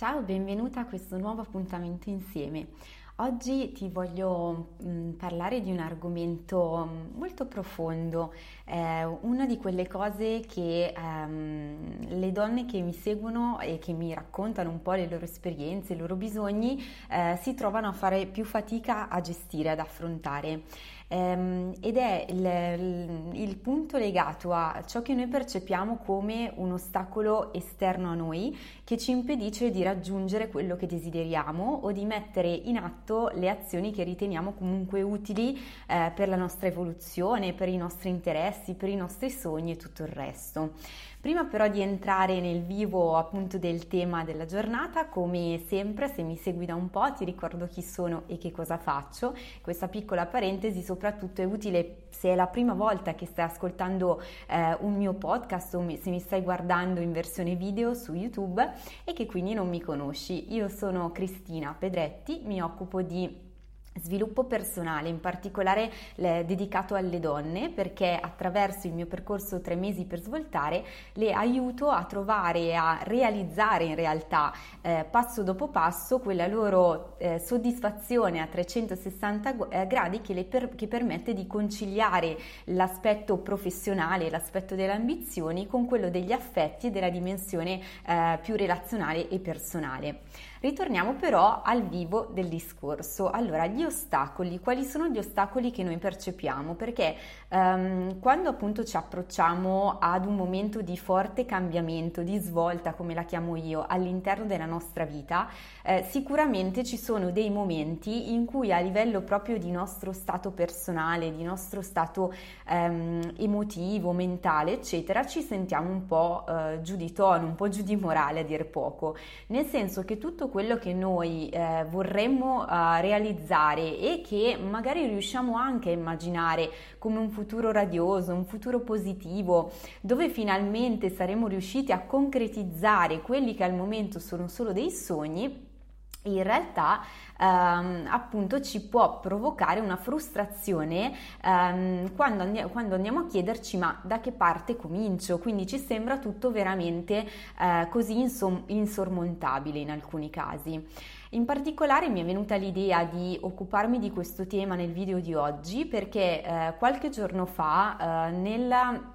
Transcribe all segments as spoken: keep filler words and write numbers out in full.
Ciao, benvenuta a questo nuovo appuntamento insieme. Oggi ti voglio mh, parlare di un argomento molto profondo, eh, una di quelle cose che ehm, le donne che mi seguono e che mi raccontano un po' le loro esperienze, i loro bisogni, eh, si trovano a fare più fatica a gestire, ad affrontare. Ehm, ed è il, il, il punto legato a ciò che noi percepiamo come un ostacolo esterno a noi che ci impedisce di raggiungere quello che desideriamo o di mettere in atto le azioni che riteniamo comunque utili eh, per la nostra evoluzione, per i nostri interessi, per i nostri sogni e tutto il resto. Prima però di entrare nel vivo appunto del tema della giornata, come sempre, se mi segui da un po', ti ricordo chi sono e che cosa faccio. Questa piccola parentesi soprattutto è utile se è la prima volta che stai ascoltando eh, un mio podcast o se mi stai guardando in versione video su YouTube e che quindi non mi conosci. Io sono Cristina Pedretti, mi occupo di sviluppo personale, in particolare eh, dedicato alle donne, perché attraverso il mio percorso tre mesi per svoltare le aiuto a trovare e a realizzare in realtà eh, passo dopo passo quella loro eh, soddisfazione a trecentosessanta gradi che le per, che permette di conciliare l'aspetto professionale, l'aspetto delle ambizioni con quello degli affetti e della dimensione eh, più relazionale e personale. Ritorniamo però al vivo del discorso. Allora, gli ostacoli, quali sono gli ostacoli che noi percepiamo? Perché um, quando appunto ci approcciamo ad un momento di forte cambiamento, di svolta, come la chiamo io, all'interno della nostra vita, eh, sicuramente ci sono dei momenti in cui a livello proprio di nostro stato personale, di nostro stato um, emotivo, mentale, eccetera, ci sentiamo un po' uh, giù di tono, un po' giù di morale a dir poco, nel senso che tutto quello che noi eh, vorremmo uh, realizzare e che magari riusciamo anche a immaginare come un futuro radioso, un futuro positivo, dove finalmente saremo riusciti a concretizzare quelli che al momento sono solo dei sogni, in realtà ehm, appunto ci può provocare una frustrazione ehm, quando, andiamo, quando andiamo a chiederci ma da che parte comincio, quindi ci sembra tutto veramente eh, così insom- insormontabile in alcuni casi. In particolare mi è venuta l'idea di occuparmi di questo tema nel video di oggi perché eh, qualche giorno fa eh, nella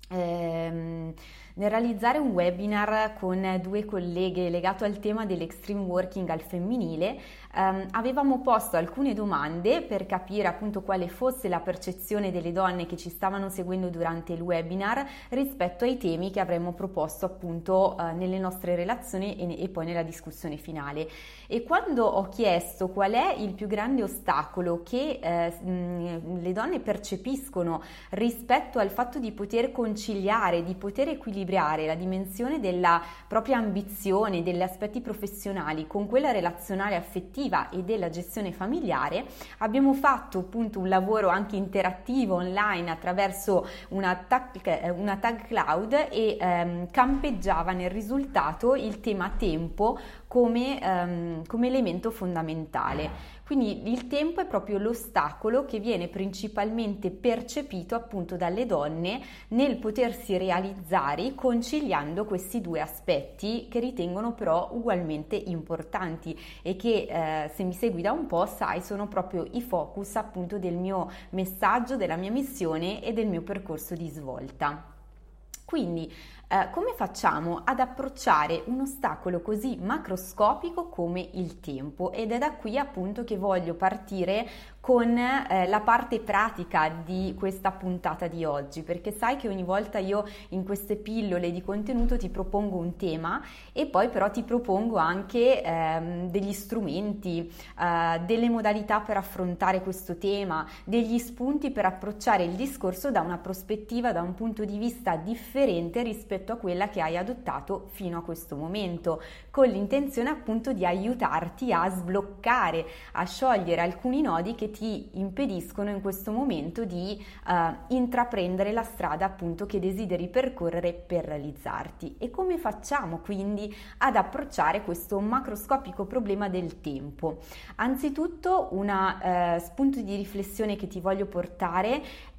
ehm, nel realizzare un webinar con due colleghe legato al tema dell'extreme working al femminile, ehm, avevamo posto alcune domande per capire appunto quale fosse la percezione delle donne che ci stavano seguendo durante il webinar rispetto ai temi che avremmo proposto appunto eh, nelle nostre relazioni e, e poi nella discussione finale. E quando ho chiesto qual è il più grande ostacolo che eh, le donne percepiscono rispetto al fatto di poter conciliare, di poter equilibrare la dimensione della propria ambizione, degli aspetti professionali con quella relazionale affettiva e della gestione familiare, abbiamo fatto appunto un lavoro anche interattivo online attraverso una tag, una tag cloud e ehm, campeggiava nel risultato il tema tempo come, ehm, come elemento fondamentale. Quindi il tempo è proprio l'ostacolo che viene principalmente percepito appunto dalle donne nel potersi realizzare conciliando questi due aspetti che ritengono però ugualmente importanti e che eh, se mi segui da un po' sai sono proprio i focus appunto del mio messaggio, della mia missione e del mio percorso di svolta. Quindi eh, come facciamo ad approcciare un ostacolo così macroscopico come il tempo? Ed è da qui appunto che voglio partire con eh, la parte pratica di questa puntata di oggi, perché sai che ogni volta io in queste pillole di contenuto ti propongo un tema e poi però ti propongo anche ehm, degli strumenti, eh, delle modalità per affrontare questo tema, degli spunti per approcciare il discorso da una prospettiva, da un punto di vista differente rispetto a quella che hai adottato fino a questo momento, con l'intenzione appunto di aiutarti a sbloccare, a sciogliere alcuni nodi che ti impediscono in questo momento di uh, intraprendere la strada appunto che desideri percorrere per realizzarti. E come facciamo quindi ad approcciare questo macroscopico problema del tempo? Anzitutto un uh, spunto di riflessione che ti voglio portare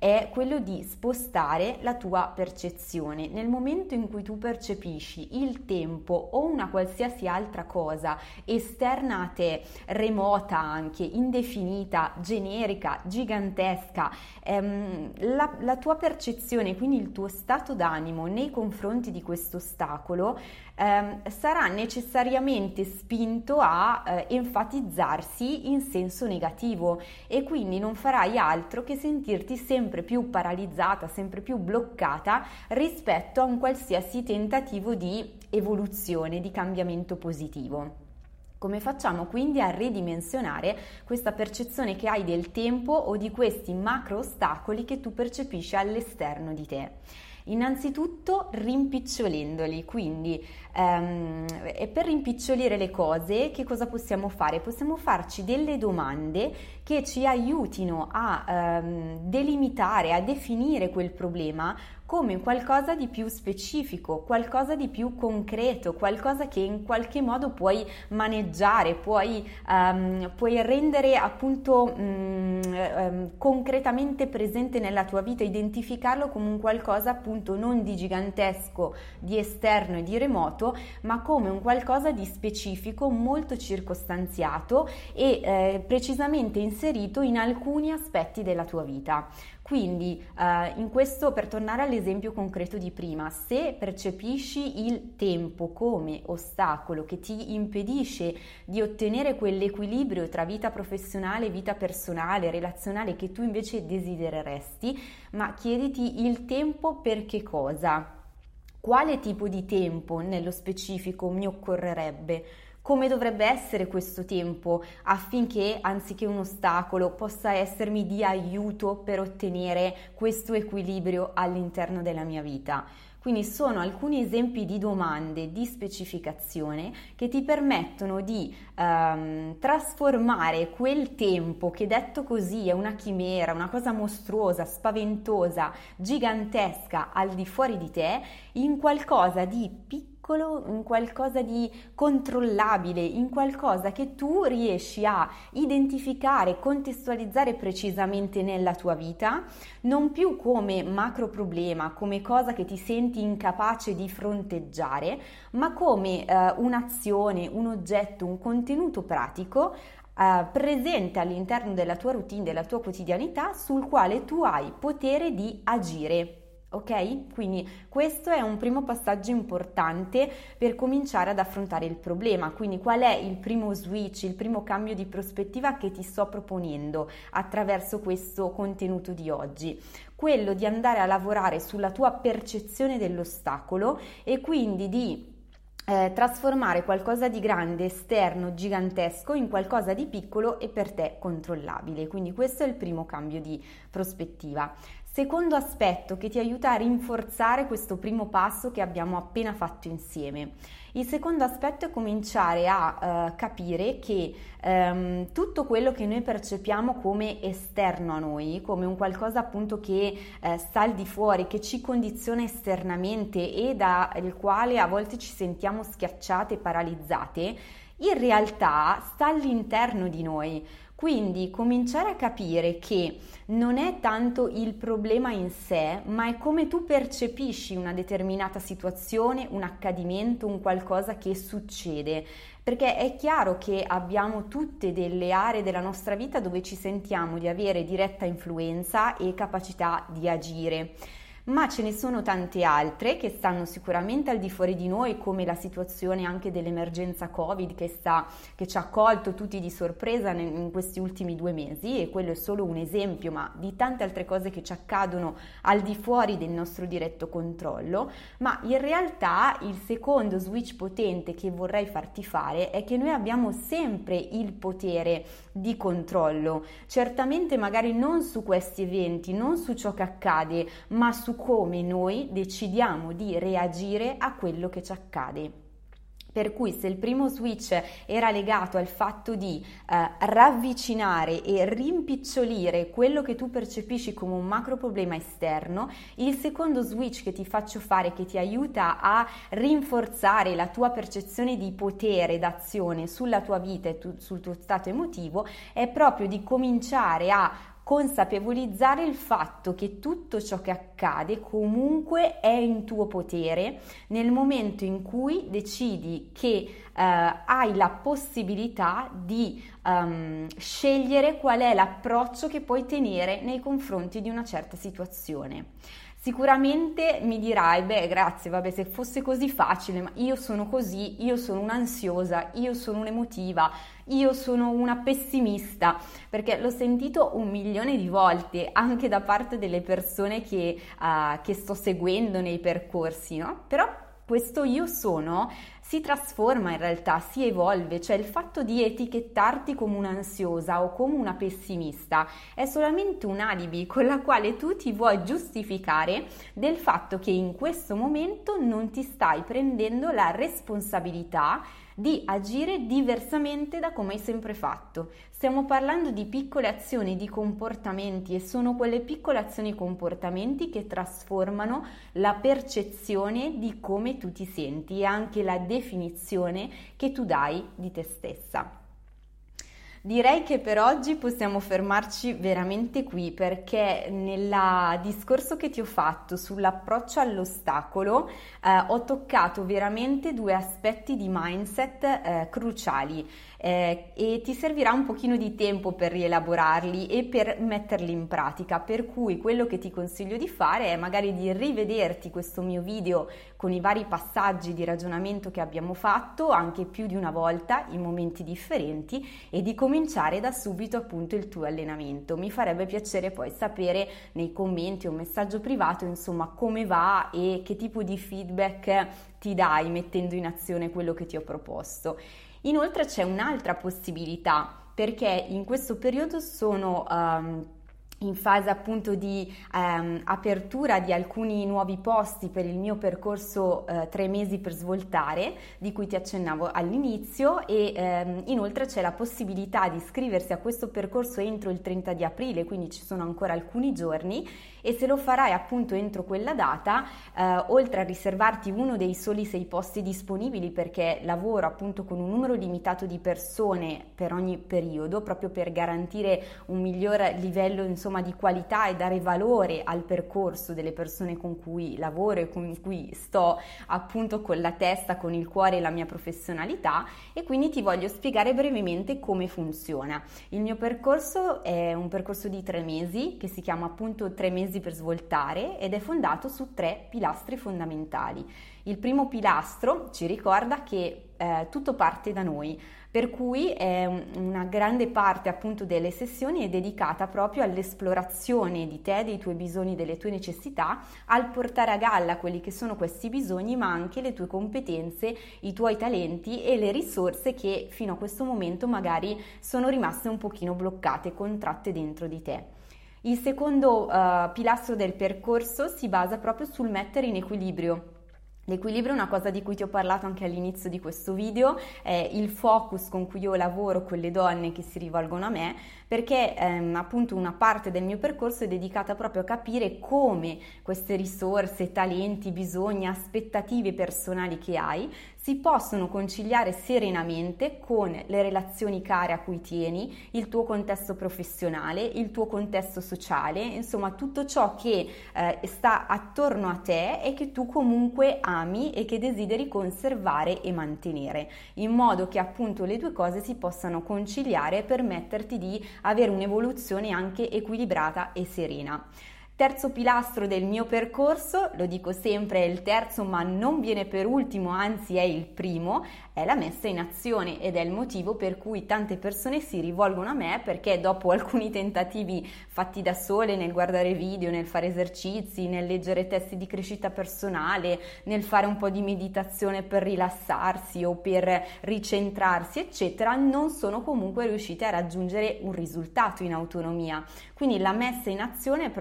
è quello di spostare la tua percezione. Nel momento in cui tu percepisci il tempo o una qualsiasi altra cosa esterna a te, remota anche, indefinita, generica, gigantesca, ehm, la, la tua percezione, quindi il tuo stato d'animo nei confronti di questo ostacolo ehm, sarà necessariamente spinto a eh, enfatizzarsi in senso negativo, e quindi non farai altro che sentirti sempre più paralizzata, sempre più bloccata rispetto a un qualsiasi tentativo di evoluzione, di cambiamento positivo. Come facciamo quindi a ridimensionare questa percezione che hai del tempo o di questi macro ostacoli che tu percepisci all'esterno di te? Innanzitutto rimpicciolendoli, quindi ehm, e per rimpicciolire le cose che cosa possiamo fare? Possiamo farci delle domande che ci aiutino a ehm, delimitare, a definire quel problema come qualcosa di più specifico, qualcosa di più concreto, qualcosa che in qualche modo puoi maneggiare, puoi, um, puoi rendere appunto um, um, concretamente presente nella tua vita, identificarlo come un qualcosa appunto non di gigantesco, di esterno e di remoto, ma come un qualcosa di specifico, molto circostanziato e eh, precisamente inserito in alcuni aspetti della tua vita. Quindi eh, in questo, per tornare all'esempio concreto di prima, se percepisci il tempo come ostacolo che ti impedisce di ottenere quell'equilibrio tra vita professionale, vita personale, relazionale che tu invece desidereresti, ma chiediti il tempo per che cosa? Quale tipo di tempo nello specifico mi occorrerebbe? Come dovrebbe essere questo tempo affinché, anziché un ostacolo, possa essermi di aiuto per ottenere questo equilibrio all'interno della mia vita? Quindi sono alcuni esempi di domande di specificazione che ti permettono di ehm, trasformare quel tempo che, detto così, è una chimera, una cosa mostruosa, spaventosa, gigantesca al di fuori di te, in qualcosa di piccolo, in qualcosa di controllabile, in qualcosa che tu riesci a identificare, contestualizzare precisamente nella tua vita, non più come macro problema, come cosa che ti senti incapace di fronteggiare, ma come eh, un'azione, un oggetto, un contenuto pratico eh, presente all'interno della tua routine, della tua quotidianità, sul quale tu hai potere di agire. Ok? Quindi questo è un primo passaggio importante per cominciare ad affrontare il problema. Quindi qual è il primo switch, il primo cambio di prospettiva che ti sto proponendo attraverso questo contenuto di oggi? Quello di andare a lavorare sulla tua percezione dell'ostacolo e quindi di eh, trasformare qualcosa di grande, esterno, gigantesco in qualcosa di piccolo e per te controllabile. Quindi questo è il primo cambio di prospettiva. Secondo aspetto che ti aiuta a rinforzare questo primo passo che abbiamo appena fatto insieme. Il secondo aspetto è cominciare a uh, capire che um, tutto quello che noi percepiamo come esterno a noi, come un qualcosa appunto che uh, sta al di fuori, che ci condiziona esternamente e dal quale a volte ci sentiamo schiacciate, paralizzate, in realtà sta all'interno di noi. Quindi cominciare a capire che non è tanto il problema in sé, ma è come tu percepisci una determinata situazione, un accadimento, un qualcosa che succede. Perché è chiaro che abbiamo tutte delle aree della nostra vita dove ci sentiamo di avere diretta influenza e capacità di agire. Ma ce ne sono tante altre che stanno sicuramente al di fuori di noi, come la situazione anche dell'emergenza Covid che, sta, che ci ha colto tutti di sorpresa in questi ultimi due mesi, e quello è solo un esempio, ma di tante altre cose che ci accadono al di fuori del nostro diretto controllo. Ma in realtà il secondo switch potente che vorrei farti fare è che noi abbiamo sempre il potere di controllo, certamente magari non su questi eventi, non su ciò che accade, ma su come noi decidiamo di reagire a quello che ci accade. Per cui se il primo switch era legato al fatto di eh, ravvicinare e rimpicciolire quello che tu percepisci come un macro problema esterno, il secondo switch che ti faccio fare, che ti aiuta a rinforzare la tua percezione di potere d'azione sulla tua vita e tu, sul tuo stato emotivo, è proprio di cominciare a consapevolizzare il fatto che tutto ciò che accade comunque è in tuo potere nel momento in cui decidi che eh, hai la possibilità di um, scegliere qual è l'approccio che puoi tenere nei confronti di una certa situazione. Sicuramente mi dirai, beh, grazie, vabbè, se fosse così facile, ma io sono così, io sono un'ansiosa, io sono un'emotiva, io sono una pessimista, perché l'ho sentito un milione di volte anche da parte delle persone che, uh, che sto seguendo nei percorsi, no? Però questo io sono si trasforma in realtà, si evolve, cioè il fatto di etichettarti come un'ansiosa o come una pessimista è solamente un alibi con la quale tu ti vuoi giustificare del fatto che in questo momento non ti stai prendendo la responsabilità di agire diversamente da come hai sempre fatto. Stiamo parlando di piccole azioni, di comportamenti, e sono quelle piccole azioni e comportamenti che trasformano la percezione di come tu ti senti e anche la definizione che tu dai di te stessa. Direi che per oggi possiamo fermarci veramente qui, perché nel discorso che ti ho fatto sull'approccio all'ostacolo eh, ho toccato veramente due aspetti di mindset eh, cruciali eh, e ti servirà un pochino di tempo per rielaborarli e per metterli in pratica, per cui quello che ti consiglio di fare è magari di rivederti questo mio video con i vari passaggi di ragionamento che abbiamo fatto anche più di una volta in momenti differenti e di cominciare da subito appunto il tuo allenamento. Mi farebbe piacere poi sapere nei commenti o un messaggio privato insomma come va e che tipo di feedback ti dai mettendo in azione quello che ti ho proposto. Inoltre c'è un'altra possibilità, perché in questo periodo sono um, in fase appunto di um, apertura di alcuni nuovi posti per il mio percorso uh, tre mesi per svoltare, di cui ti accennavo all'inizio, e um, inoltre c'è la possibilità di iscriversi a questo percorso entro il trenta di aprile, quindi ci sono ancora alcuni giorni, e se lo farai appunto entro quella data, eh, oltre a riservarti uno dei soli sei posti disponibili, perché lavoro appunto con un numero limitato di persone per ogni periodo, proprio per garantire un miglior livello insomma di qualità e dare valore al percorso delle persone con cui lavoro e con cui sto appunto con la testa, con il cuore e la mia professionalità, e quindi ti voglio spiegare brevemente come funziona. Il mio percorso è un percorso di tre mesi che si chiama appunto tre mesi per svoltare ed è fondato su tre pilastri fondamentali. Il primo pilastro ci ricorda che eh, tutto parte da noi, per cui eh, una grande parte appunto delle sessioni è dedicata proprio all'esplorazione di te, dei tuoi bisogni, delle tue necessità, al portare a galla quelli che sono questi bisogni, ma anche le tue competenze, i tuoi talenti e le risorse che fino a questo momento magari sono rimaste un pochino bloccate, contratte dentro di te. Il secondo uh, pilastro del percorso si basa proprio sul mettere in equilibrio. L'equilibrio è una cosa di cui ti ho parlato anche all'inizio di questo video, è il focus con cui io lavoro con le donne che si rivolgono a me, perché ehm, appunto una parte del mio percorso è dedicata proprio a capire come queste risorse, talenti, bisogni, aspettative personali che hai si possono conciliare serenamente con le relazioni care a cui tieni, il tuo contesto professionale, il tuo contesto sociale, insomma tutto ciò che eh, sta attorno a te e che tu comunque ami e che desideri conservare e mantenere, in modo che appunto le due cose si possano conciliare e permetterti di avere un'evoluzione anche equilibrata e serena. Terzo pilastro del mio percorso, lo dico sempre, è il terzo ma non viene per ultimo, anzi è il primo, è la messa in azione, ed è il motivo per cui tante persone si rivolgono a me, perché dopo alcuni tentativi fatti da sole nel guardare video, nel fare esercizi, nel leggere testi di crescita personale, nel fare un po' di meditazione per rilassarsi o per ricentrarsi eccetera, non sono comunque riuscite a raggiungere un risultato in autonomia. Quindi la messa in azione è proprio quella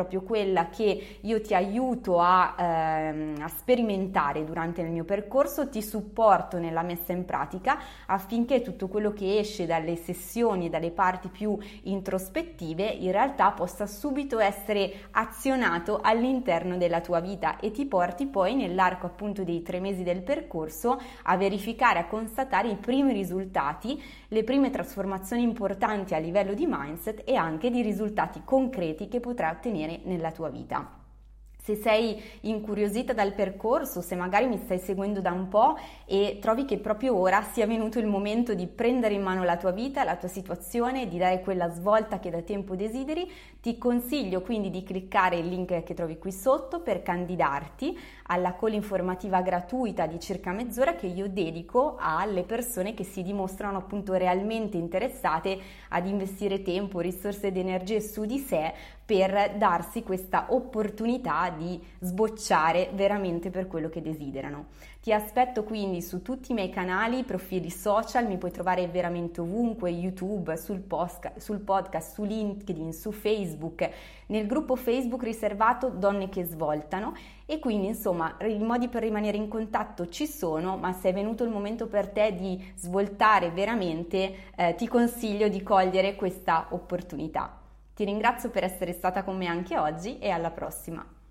quella che io ti aiuto a, ehm, a sperimentare durante il mio percorso, ti supporto nella messa in pratica affinché tutto quello che esce dalle sessioni e dalle parti più introspettive in realtà possa subito essere azionato all'interno della tua vita e ti porti poi nell'arco appunto dei tre mesi del percorso a verificare, a constatare i primi risultati, le prime trasformazioni importanti a livello di mindset e anche di risultati concreti che potrai ottenere nella tua vita. Se sei incuriosita dal percorso, se magari mi stai seguendo da un po' e trovi che proprio ora sia venuto il momento di prendere in mano la tua vita, la tua situazione, di dare quella svolta che da tempo desideri, ti consiglio quindi di cliccare il link che trovi qui sotto per candidarti alla call informativa gratuita di circa mezz'ora che io dedico alle persone che si dimostrano appunto realmente interessate ad investire tempo, risorse ed energie su di sé per darsi questa opportunità di sbocciare veramente per quello che desiderano. Ti aspetto quindi su tutti i miei canali, profili social, mi puoi trovare veramente ovunque, YouTube, sul, post, sul podcast, su LinkedIn, su Facebook, nel gruppo Facebook riservato Donne che svoltano e quindi insomma i modi per rimanere in contatto ci sono, ma se è venuto il momento per te di svoltare veramente, eh, ti consiglio di cogliere questa opportunità. Ti ringrazio per essere stata con me anche oggi e alla prossima!